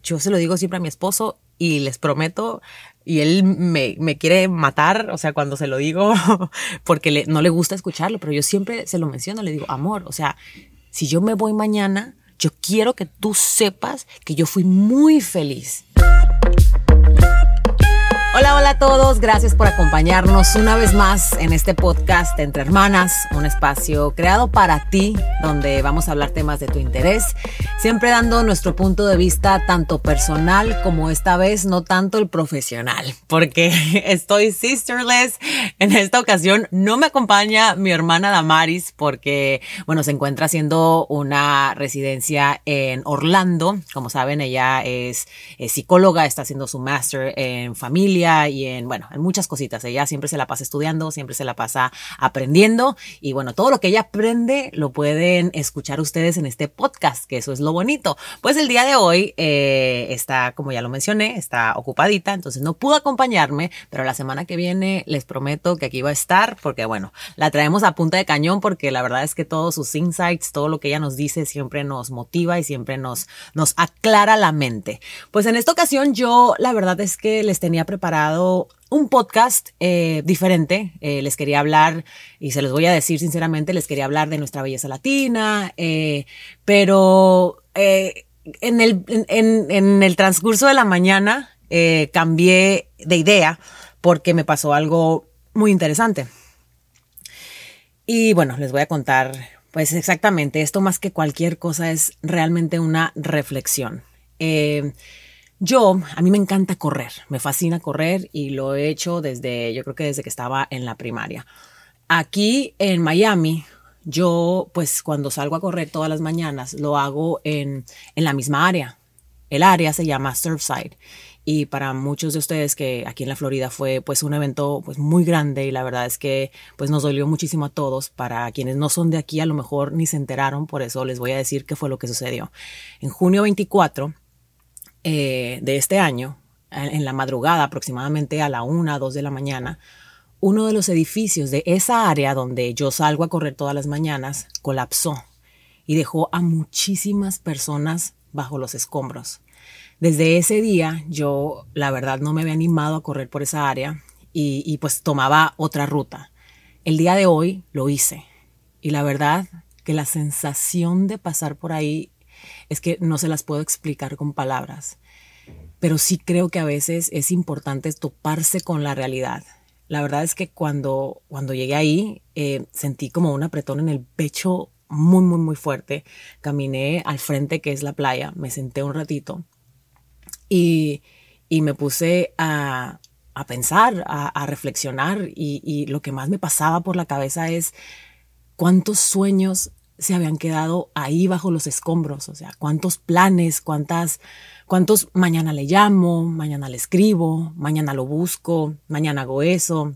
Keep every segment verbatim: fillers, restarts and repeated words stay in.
yo se lo digo siempre a mi esposo y les prometo, y él me, me quiere matar, o sea, cuando se lo digo, porque le, no le gusta escucharlo, pero yo siempre se lo menciono, le digo, amor, o sea, si yo me voy mañana, yo quiero que tú sepas que yo fui muy feliz. Hola, hola a todos, gracias por acompañarnos una vez más en este podcast Entre Hermanas, un espacio creado para ti, donde vamos a hablar temas de tu interés, siempre dando nuestro punto de vista tanto personal como esta vez no tanto el profesional, porque estoy sisterless. En esta ocasión no me acompaña mi hermana Damaris porque, bueno, se encuentra haciendo una residencia en Orlando. Como saben, ella es, es psicóloga, está haciendo su máster en familia y en, bueno, en muchas cositas. Ella siempre se la pasa estudiando, siempre se la pasa aprendiendo y bueno, todo lo que ella aprende lo pueden escuchar ustedes en este podcast, que eso es lo bonito. Pues el día de hoy eh, está, como ya lo mencioné, está ocupadita, entonces no pudo acompañarme, pero la semana que viene les prometo que aquí va a estar porque bueno, la traemos a punta de cañón porque la verdad es que todos sus insights, todo lo que ella nos dice siempre nos motiva y siempre nos, nos aclara la mente. Pues en esta ocasión yo la verdad es que les tenía preparado un podcast eh, diferente. Eh, les quería hablar, y se los voy a decir sinceramente, les quería hablar de nuestra belleza latina, eh, pero eh, en, el, en, en el transcurso de la mañana eh, cambié de idea porque me pasó algo muy interesante. Y bueno, les voy a contar, pues exactamente, esto más que cualquier cosa es realmente una reflexión. Eh, Yo, a mí me encanta correr, me fascina correr y lo he hecho desde, yo creo que desde que estaba en la primaria. Aquí en Miami, yo pues cuando salgo a correr todas las mañanas lo hago en, en la misma área. El área se llama Surfside y para muchos de ustedes que aquí en la Florida fue pues un evento pues muy grande y la verdad es que pues nos dolió muchísimo a todos. Para quienes no son de aquí a lo mejor ni se enteraron, por eso les voy a decir qué fue lo que sucedió. En junio veinticuatro Eh, de este año, en la madrugada, aproximadamente a la una, dos de la mañana, uno de los edificios de esa área donde yo salgo a correr todas las mañanas colapsó y dejó a muchísimas personas bajo los escombros. Desde ese día yo la verdad no me había animado a correr por esa área y, y pues tomaba otra ruta. El día de hoy lo hice y la verdad que la sensación de pasar por ahí es que no se las puedo explicar con palabras, pero sí creo que a veces es importante toparse con la realidad. La verdad es que cuando, cuando llegué ahí eh, sentí como un apretón en el pecho muy, muy, muy fuerte. Caminé al frente, que es la playa, me senté un ratito y, y me puse a, a pensar, a, a reflexionar y, y lo que más me pasaba por la cabeza es cuántos sueños se habían quedado ahí bajo los escombros, o sea, cuántos planes, cuántas, cuántos mañana le llamo, mañana le escribo, mañana lo busco, mañana hago eso.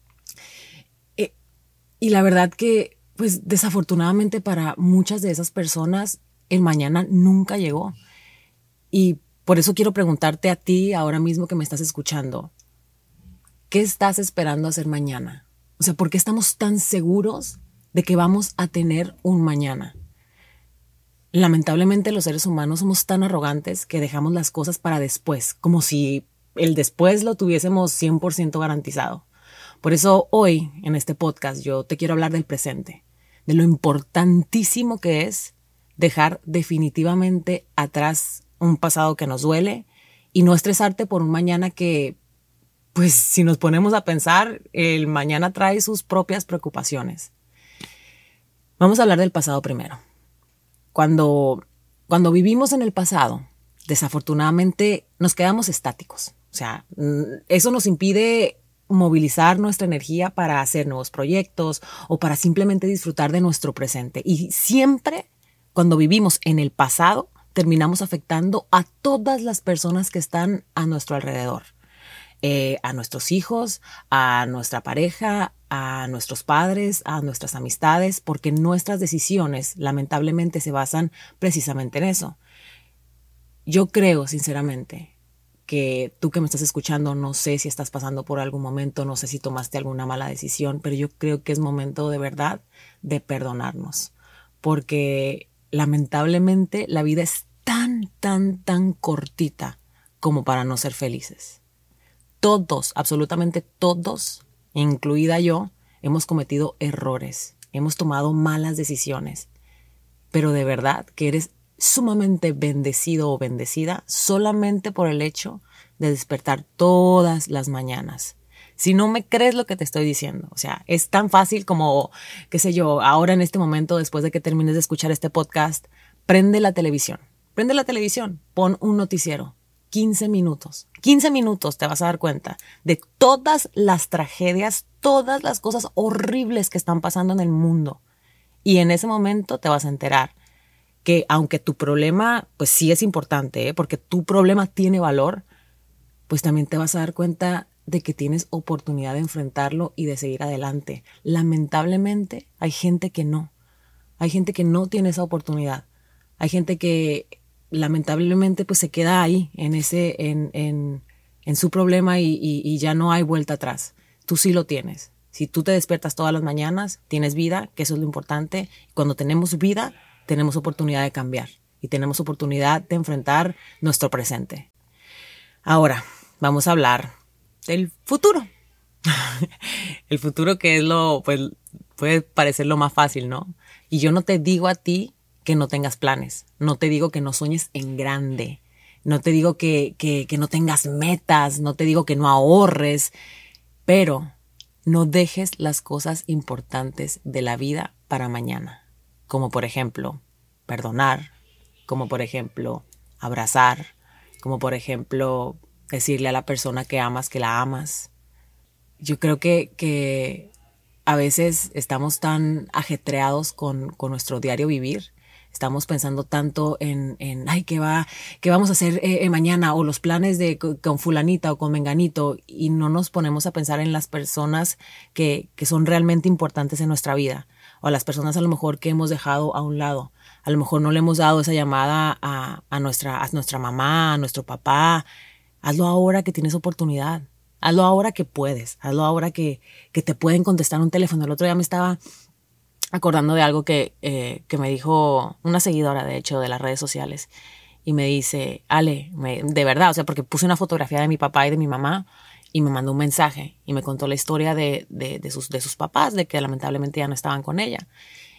Eh, y la verdad que, pues desafortunadamente para muchas de esas personas, el mañana nunca llegó. Y por eso quiero preguntarte a ti, ahora mismo que me estás escuchando, ¿qué estás esperando hacer mañana? O sea, ¿por qué estamos tan seguros de que vamos a tener un mañana? Lamentablemente los seres humanos somos tan arrogantes que dejamos las cosas para después, como si el después lo tuviésemos cien por ciento garantizado. Por eso hoy en este podcast yo te quiero hablar del presente, de lo importantísimo que es dejar definitivamente atrás un pasado que nos duele y no estresarte por un mañana que, pues si nos ponemos a pensar, el mañana trae sus propias preocupaciones. Vamos a hablar del pasado primero. Cuando, cuando vivimos en el pasado, desafortunadamente nos quedamos estáticos. O sea, eso nos impide movilizar nuestra energía para hacer nuevos proyectos o para simplemente disfrutar de nuestro presente. Y siempre, cuando vivimos en el pasado, terminamos afectando a todas las personas que están a nuestro alrededor. Eh, a nuestros hijos, a nuestra pareja, a nuestros padres, a nuestras amistades, porque nuestras decisiones lamentablemente se basan precisamente en eso. Yo creo sinceramente que tú que me estás escuchando, no sé si estás pasando por algún momento, no sé si tomaste alguna mala decisión, pero yo creo que es momento de verdad de perdonarnos, porque lamentablemente la vida es tan, tan, tan cortita como para no ser felices. Todos, absolutamente todos, incluida yo, hemos cometido errores, hemos tomado malas decisiones, pero de verdad que eres sumamente bendecido o bendecida solamente por el hecho de despertar todas las mañanas. Si no me crees lo que te estoy diciendo, o sea, es tan fácil como, qué sé yo, ahora en este momento, después de que termines de escuchar este podcast, prende la televisión, prende la televisión, pon un noticiero, quince minutos, quince minutos te vas a dar cuenta de todas las tragedias, todas las cosas horribles que están pasando en el mundo. Y en ese momento te vas a enterar que aunque tu problema, pues sí es importante, ¿eh? Porque tu problema tiene valor, pues también te vas a dar cuenta de que tienes oportunidad de enfrentarlo y de seguir adelante. Lamentablemente hay gente que no. Hay gente que no tiene esa oportunidad. Hay gente que lamentablemente pues se queda ahí en ese, en, en, en su problema y, y, y ya no hay vuelta atrás. Tú sí lo tienes. Si tú te despiertas todas las mañanas, tienes vida, que eso es lo importante. Cuando tenemos vida, tenemos oportunidad de cambiar y tenemos oportunidad de enfrentar nuestro presente. Ahora, vamos a hablar del futuro. El futuro, que es lo, pues, puede parecer lo más fácil, ¿no? Y yo no te digo a ti que no tengas planes. No te digo que no sueñes en grande. No te digo que, que, que no tengas metas. No te digo que no ahorres. Pero no dejes las cosas importantes de la vida para mañana. Como por ejemplo, perdonar. Como por ejemplo, abrazar. Como por ejemplo, decirle a la persona que amas que la amas. Yo creo que, que a veces estamos tan ajetreados con, con nuestro diario vivir. Estamos pensando tanto en, en ay, ¿qué va, qué vamos a hacer eh, mañana? O los planes de con fulanita o con menganito. Y no nos ponemos a pensar en las personas que, que son realmente importantes en nuestra vida. O a las personas a lo mejor que hemos dejado a un lado. A lo mejor no le hemos dado esa llamada a, a, nuestra, a nuestra mamá, a nuestro papá. Hazlo ahora que tienes oportunidad. Hazlo ahora que puedes. Hazlo ahora que, que te pueden contestar un teléfono. El otro día me estaba acordando de algo que, eh, que me dijo una seguidora, de hecho, de las redes sociales. Y me dice, Ale, me, de verdad, o sea, porque puse una fotografía de mi papá y de mi mamá y me mandó un mensaje y me contó la historia de, de, de, sus, de sus papás, de que lamentablemente ya no estaban con ella.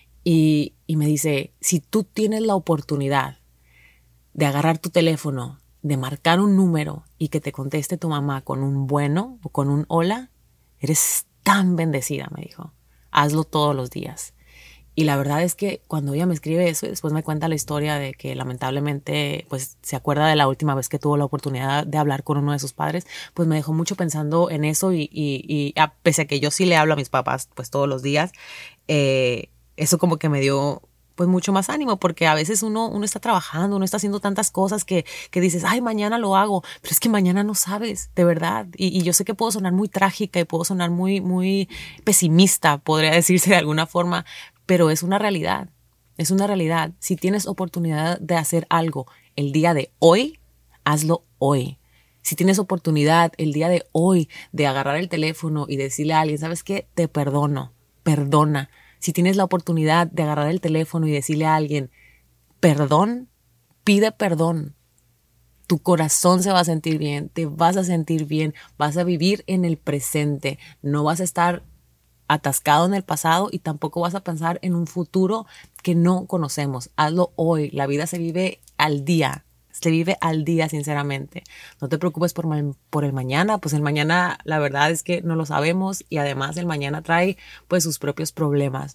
Y, y me dice, si tú tienes la oportunidad de agarrar tu teléfono, de marcar un número y que te conteste tu mamá con un bueno o con un hola, eres tan bendecida, me dijo. Hazlo todos los días. Y la verdad es que cuando ella me escribe eso y después me cuenta la historia de que lamentablemente pues se acuerda de la última vez que tuvo la oportunidad de hablar con uno de sus padres, pues me dejó mucho pensando en eso y, y, y a, pese a que yo sí le hablo a mis papás pues todos los días, eh, eso como que me dio pues mucho más ánimo, porque a veces uno, uno está trabajando, uno está haciendo tantas cosas que, que dices, ay, mañana lo hago, pero es que mañana no sabes, de verdad. Y, y yo sé que puedo sonar muy trágica y puedo sonar muy, muy pesimista, podría decirse de alguna forma, pero es una realidad, es una realidad. Si tienes oportunidad de hacer algo el día de hoy, hazlo hoy. Si tienes oportunidad el día de hoy de agarrar el teléfono y decirle a alguien, ¿sabes qué? Te perdono, perdona. Si tienes la oportunidad de agarrar el teléfono y decirle a alguien, perdón, pide perdón. Tu corazón se va a sentir bien, te vas a sentir bien, vas a vivir en el presente, no vas a estar atascado en el pasado y tampoco vas a pensar en un futuro que no conocemos. Hazlo hoy, la vida se vive al día. Se vive al día, sinceramente. No te preocupes por, ma- por el mañana, pues el mañana la verdad es que no lo sabemos y además el mañana trae pues sus propios problemas.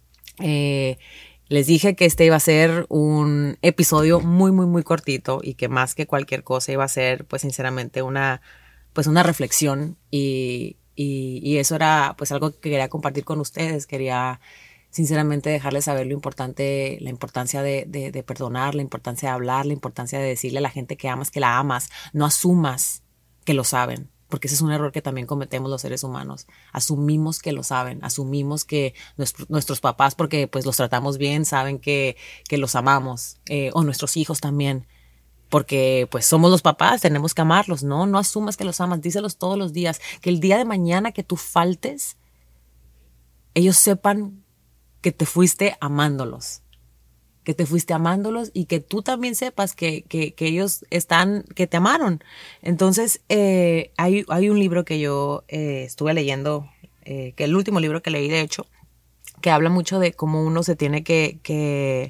Eh, les dije que este iba a ser un episodio muy, muy, muy cortito y que más que cualquier cosa iba a ser pues sinceramente una, pues una reflexión y, y, y eso era pues algo que quería compartir con ustedes. Quería sinceramente dejarles saber lo importante, la importancia de, de, de perdonar, la importancia de hablar, la importancia de decirle a la gente que amas que la amas. No asumas que lo saben, porque ese es un error que también cometemos los seres humanos. Asumimos que lo saben, asumimos que nuestro, nuestros papás, porque pues los tratamos bien, saben que, que los amamos, eh, o nuestros hijos también, porque pues somos los papás, tenemos que amarlos, ¿no? No asumas que los amas, díselos todos los días, que el día de mañana que tú faltes, ellos sepan que te fuiste amándolos. que te fuiste amándolos y que tú también sepas que, que, que ellos están, que te amaron. Entonces, eh, hay, hay un libro que yo eh, estuve leyendo, eh, que el último libro que leí, de hecho, que habla mucho de cómo uno se tiene que, que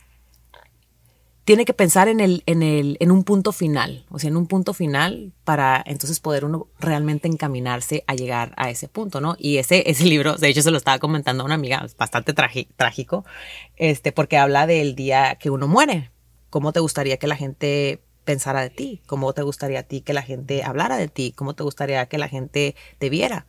tiene que pensar en el, en el, en un punto final, o sea, en un punto final para entonces poder uno realmente encaminarse a llegar a ese punto, ¿no? Y ese, ese libro, de hecho, se lo estaba comentando a una amiga, es bastante trágico, trágico, este, porque habla del día que uno muere. ¿Cómo te gustaría que la gente pensara de ti? ¿Cómo te gustaría a ti que la gente hablara de ti? ¿Cómo te gustaría que la gente te viera?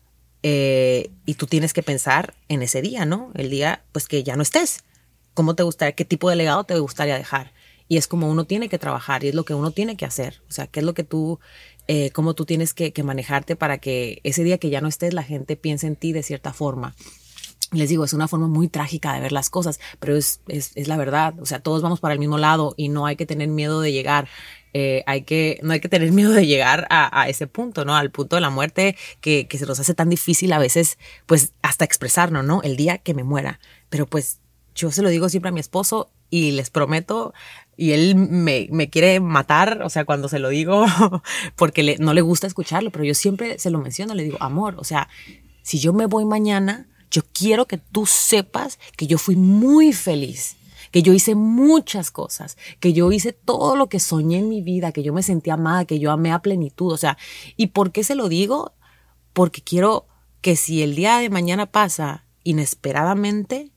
Eh, y tú tienes que pensar en ese día, ¿no? El día, pues, que ya no estés. ¿Cómo te gustaría, qué tipo de legado te gustaría dejar? Y es como uno tiene que trabajar y es lo que uno tiene que hacer. O sea, qué es lo que tú, eh, cómo tú tienes que, que manejarte para que ese día que ya no estés, la gente piense en ti de cierta forma. Les digo, es una forma muy trágica de ver las cosas, pero es, es, es la verdad. O sea, todos vamos para el mismo lado y no hay que tener miedo de llegar. Eh, hay que, no hay que tener miedo de llegar a, a ese punto, ¿no? Al punto de la muerte que, que se nos hace tan difícil a veces, pues, hasta expresarnos, ¿no? El día que me muera. Pero pues, yo se lo digo siempre a mi esposo y les prometo, y él me, me quiere matar, o sea, cuando se lo digo, porque le, no le gusta escucharlo, pero yo siempre se lo menciono, le digo, amor, o sea, si yo me voy mañana, yo quiero que tú sepas que yo fui muy feliz, que yo hice muchas cosas, que yo hice todo lo que soñé en mi vida, que yo me sentí amada, que yo amé a plenitud, o sea, ¿y por qué se lo digo? Porque quiero que si el día de mañana pasa inesperadamente,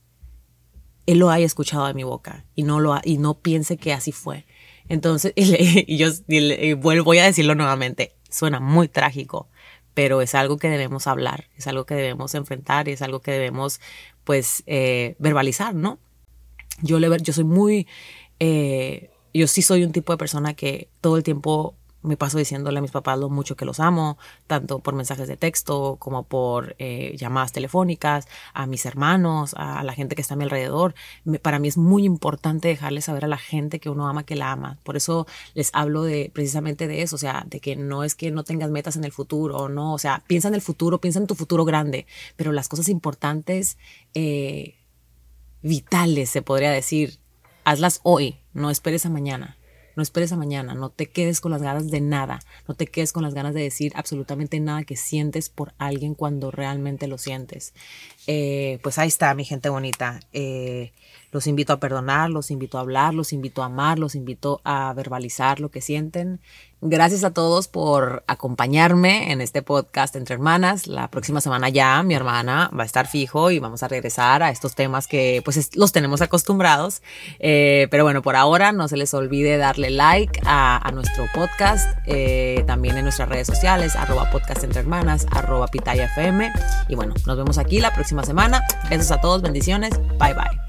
él lo haya escuchado de mi boca y no, lo, y no piense que así fue. Entonces, y, le, y yo y le, vuelvo, voy a decirlo nuevamente, suena muy trágico, pero es algo que debemos hablar, es algo que debemos enfrentar y es algo que debemos, pues, eh, verbalizar, ¿no? Yo, le, yo soy muy, eh, yo sí soy un tipo de persona que todo el tiempo me paso diciéndole a mis papás lo mucho que los amo, tanto por mensajes de texto como por eh, llamadas telefónicas, a mis hermanos, a, a la gente que está a mi alrededor. Me, para mí es muy importante dejarles saber a la gente que uno ama, que la ama. Por eso les hablo de precisamente de eso, o sea, de que no es que no tengas metas en el futuro, no, o sea, piensa en el futuro, piensa en tu futuro grande, pero las cosas importantes, eh, vitales, se podría decir, hazlas hoy, no esperes a mañana. No esperes a mañana, no te quedes con las ganas de nada, no te quedes con las ganas de decir absolutamente nada que sientes por alguien cuando realmente lo sientes. Eh, pues ahí está, mi gente bonita. Eh, los invito a perdonar, los invito a hablar, los invito a amar, los invito a verbalizar lo que sienten. Gracias a todos por acompañarme en este podcast Entre Hermanas. La próxima semana ya mi hermana va a estar fijo y vamos a regresar a estos temas que pues es, los tenemos acostumbrados. Eh, pero bueno, por ahora no se les olvide darle like a, a nuestro podcast, eh, también en nuestras redes sociales, arroba podcast Entre Hermanas, arroba Pitaya F M. Y bueno, nos vemos aquí la próxima semana. Besos a todos, bendiciones. Bye bye.